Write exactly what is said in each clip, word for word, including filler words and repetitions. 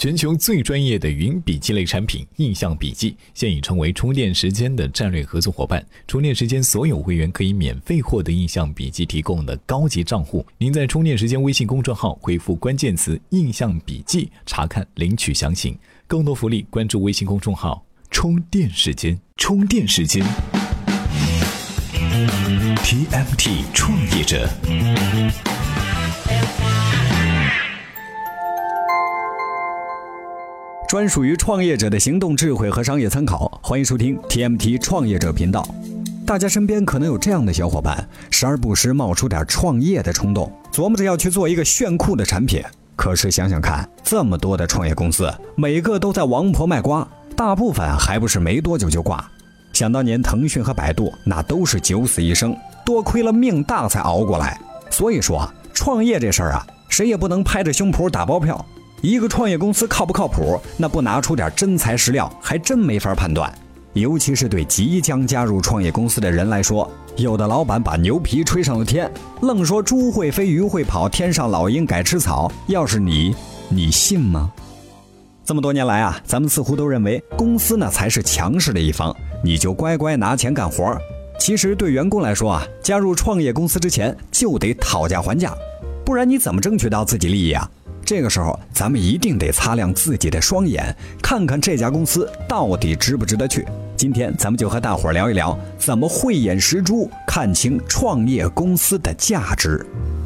全球最专业的云笔记类产品印象笔记现已成为充电时间的战略合作伙伴。充电时间所有会员可以免费获得印象笔记提供的高级账户。您在充电时间微信公众号回复关键词印象笔记查看领取详情。更多福利关注微信公众号充电时间。充电时间 T M T 创业者。 专属于创业者的行动智慧和商业参考，欢迎收听 T M T 创业者频道。大家身边可能有这样的小伙伴，时而不时冒出点创业的冲动，琢磨着要去做一个炫酷的产品。可是想想看，这么多的创业公司，每个都在王婆卖瓜，大部分还不是没多久就挂。想当年腾讯和百度那都是九死一生，多亏了命大才熬过来。所以说创业这事儿啊，谁也不能拍着胸脯打包票。一个创业公司靠不靠谱，那不拿出点真材实料还真没法判断。尤其是对即将加入创业公司的人来说，有的老板把牛皮吹上了天，愣说猪会飞鱼会跑，天上老鹰改吃草，要是你你信吗？这么多年来啊，咱们似乎都认为公司呢才是强势的一方，你就乖乖拿钱干活。其实对员工来说啊，加入创业公司之前就得讨价还价，不然你怎么争取到自己利益啊？这个时候咱们一定得擦亮自己的双眼，看看这家公司到底值不值得去。今天咱们就和大伙聊一聊，怎么慧眼识珠，看清创业公司的价值。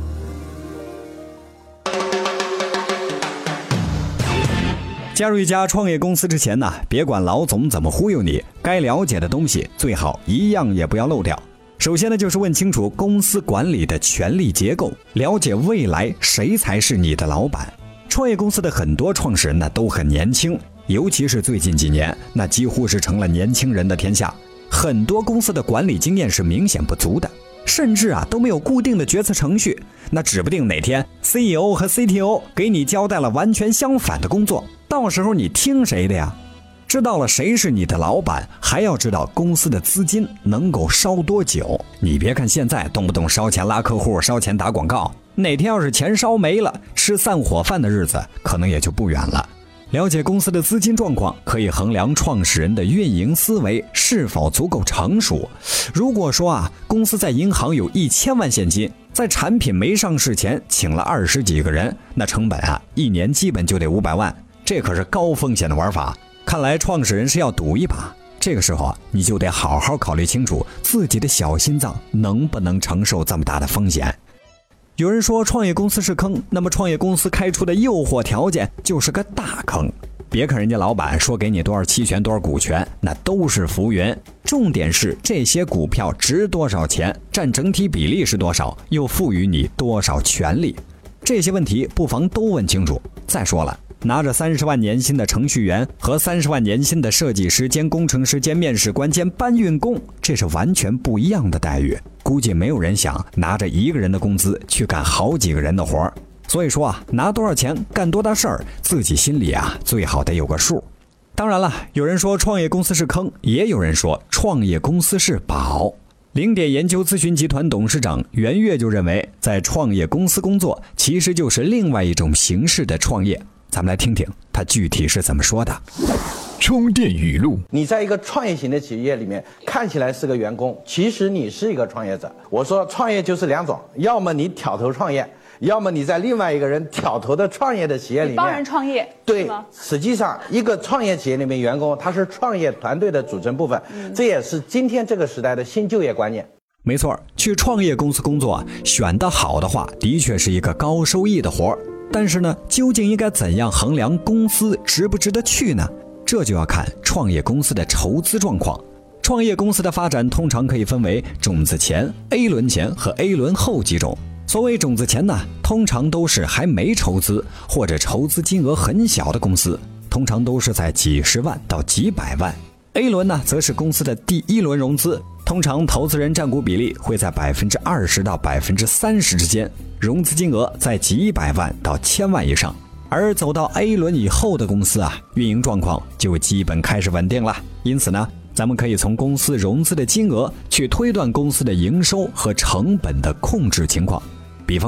加入一家创业公司之前呢，别管老总怎么忽悠你，该了解的东西最好一样也不要漏掉。首先呢，就是问清楚公司管理的权力结构，了解未来谁才是你的老板。创业公司的很多创始人呢都很年轻，尤其是最近几年，那几乎是成了年轻人的天下。很多公司的管理经验是明显不足的，甚至啊都没有固定的决策程序，那指不定哪天 C E O 和 C T O 给你交代了完全相反的工作，到时候你听谁的呀？知道了谁是你的老板，还要知道公司的资金能够烧多久。你别看现在动不动烧钱拉客户，烧钱打广告，哪天要是钱烧没了，吃散伙饭的日子可能也就不远了。了解公司的资金状况，可以衡量创始人的运营思维是否足够成熟。如果说啊，公司在银行有一千万现金，在产品没上市前请了二十几个人，那成本啊，一年基本就得五百万，这可是高风险的玩法。看来创始人是要赌一把，这个时候啊，你就得好好考虑清楚自己的小心脏能不能承受这么大的风险。有人说创业公司是坑，那么创业公司开出的诱惑条件就是个大坑。别看人家老板说给你多少期权多少股权，那都是浮云，重点是这些股票值多少钱，占整体比例是多少，又赋予你多少权利，这些问题不妨都问清楚。再说了，拿着三十万年薪的程序员和三十万年薪的设计师兼工程师兼面试官兼搬运工，这是完全不一样的待遇。估计没有人想拿着一个人的工资去干好几个人的活。所以说啊，拿多少钱干多大事儿，自己心里啊最好得有个数。当然了，有人说创业公司是坑，也有人说创业公司是宝。零点研究咨询集团董事长袁岳就认为，在创业公司工作其实就是另外一种形式的创业。咱们来听听他具体是怎么说的。 充电语录： 你在一个创业型的企业里面，看起来是个员工，其实你是一个创业者。我说创业就是两种，要么你挑头创业，要么你在另外一个人挑头的创业的企业里面帮人创业。 对，实际上一个创业企业里面员工他是创业团队的组成部分，嗯、这也是今天这个时代的新就业观念。 没错，去创业公司工作，选得好的话，的确是一个高收益的活。但是呢，究竟应该怎样衡量公司值不值得去呢？这就要看创业公司的筹资状况。创业公司的发展通常可以分为种子前、A 轮前和 A 轮后几种。所谓种子前呢，通常都是还没筹资或者筹资金额很小的公司，通常都是在几十万到几百万。A 轮呢，则是公司的第一轮融资，通常投资人占股比例会在百分之二十到百分之三十之间，融资金额在几百万到千万以上。而走到 A 轮以后的公司啊，运营状况就基本开始稳定了。因此呢，咱们可以从公司融资的金额去推断公司的营收和成本的控制情况。比方说啊，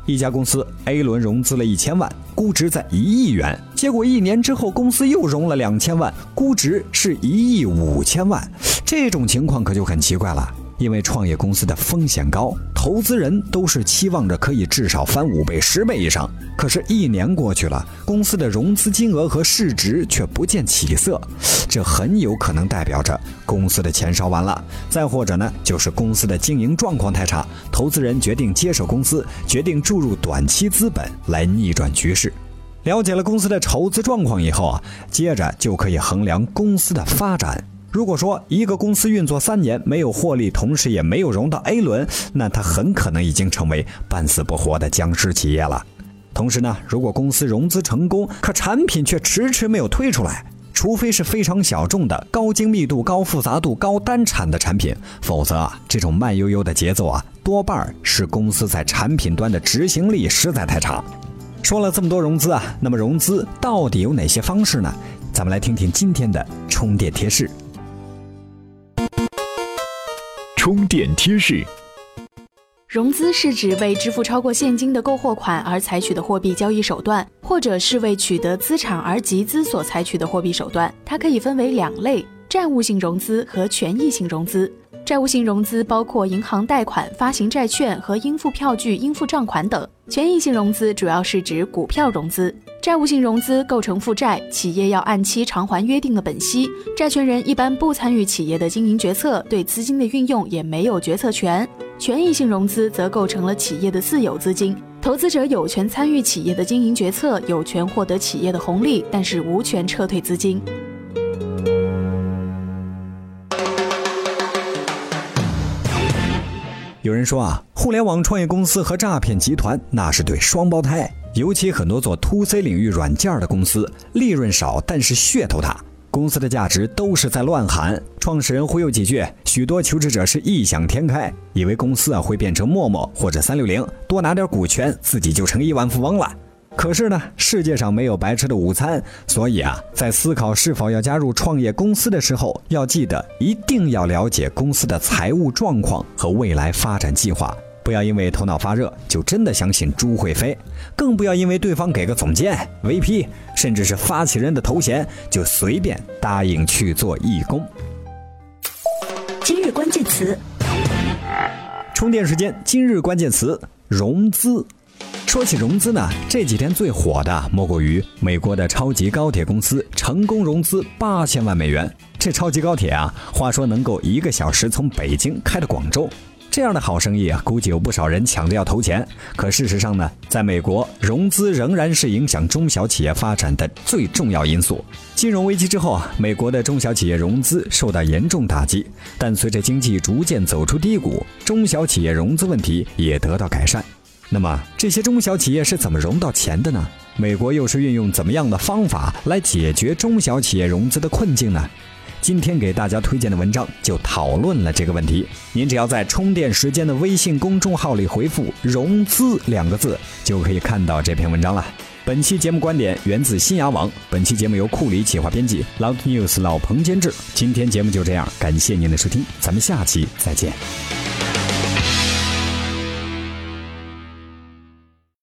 一家公司 A 轮融资了一千万，估值在一亿元，结果一年之后公司又融了两千万，估值是一亿五千万。这种情况可就很奇怪了，因为创业公司的风险高，投资人都是期望着可以至少翻五倍、十倍以上。可是，一年过去了，公司的融资金额和市值却不见起色，这很有可能代表着公司的钱烧完了。再或者呢，就是公司的经营状况太差，投资人决定接手公司，决定注入短期资本来逆转局势。了解了公司的筹资状况以后啊，接着就可以衡量公司的发展。如果说一个公司运作三年没有获利，同时也没有融到 A 轮，那它很可能已经成为半死不活的僵尸企业了。同时呢，如果公司融资成功，可产品却迟迟没有推出来，除非是非常小众的高精密度、高复杂度、高单产的产品，否则啊，这种慢悠悠的节奏啊，多半是公司在产品端的执行力实在太差。说了这么多融资啊，那么融资到底有哪些方式呢？咱们来听听今天的充电贴士。 充电贴士。 融资是指为支付超过现金的购货款而采取的货币交易手段，或者是为取得资产而集资所采取的货币手段。它可以分为两类：债务性融资和权益性融资。债务性融资包括银行贷款、发行债券和应付票据、应付账款等。权益性融资主要是指股票融资。债务性融资构成负债，企业要按期偿还约定的本息，债权人一般不参与企业的经营决策，对资金的运用也没有决策权。权益性融资则构成了企业的私有资金，投资者有权参与企业的经营决策，有权获得企业的红利，但是无权撤退资金。 有人说啊，互联网创业公司和诈骗集团那是对双胞胎，尤其很多做 to C 领域软件的公司，利润少，但是噱头大，公司的价值都是在乱喊，创始人忽悠几句，许多求职者是异想天开，以为公司啊会变成陌陌或者三六零，多拿点股权，自己就成亿万富翁了。可是呢，世界上没有白吃的午餐，所以啊，在思考是否要加入创业公司的时候，要记得一定要了解公司的财务状况和未来发展计划，不要因为头脑发热就真的相信猪会飞，更不要因为对方给个总监、V P， 甚至是发起人的头衔，就随便答应去做义工。 今日关键词， 充电时间，今日关键词：融资。说起融资呢，这几天最火的莫过于美国的超级高铁公司成功融资八千万美元。这超级高铁啊，话说能够一个小时从北京开到广州，这样的好生意啊，估计有不少人抢着要投钱。可事实上呢，在美国，融资仍然是影响中小企业发展的最重要因素。金融危机之后啊，美国的中小企业融资受到严重打击，但随着经济逐渐走出低谷，中小企业融资问题也得到改善。那么这些中小企业是怎么融到钱的呢？美国又是运用怎么样的方法来解决中小企业融资的困境呢？今天给大家推荐的文章就讨论了这个问题。您只要在充电时间的微信公众号里回复融资两个字，就可以看到这篇文章了。本期节目观点源自新芽网，本期节目由库里企划编辑， Loud News 老彭监制。今天节目就这样，感谢您的收听，咱们下期再见。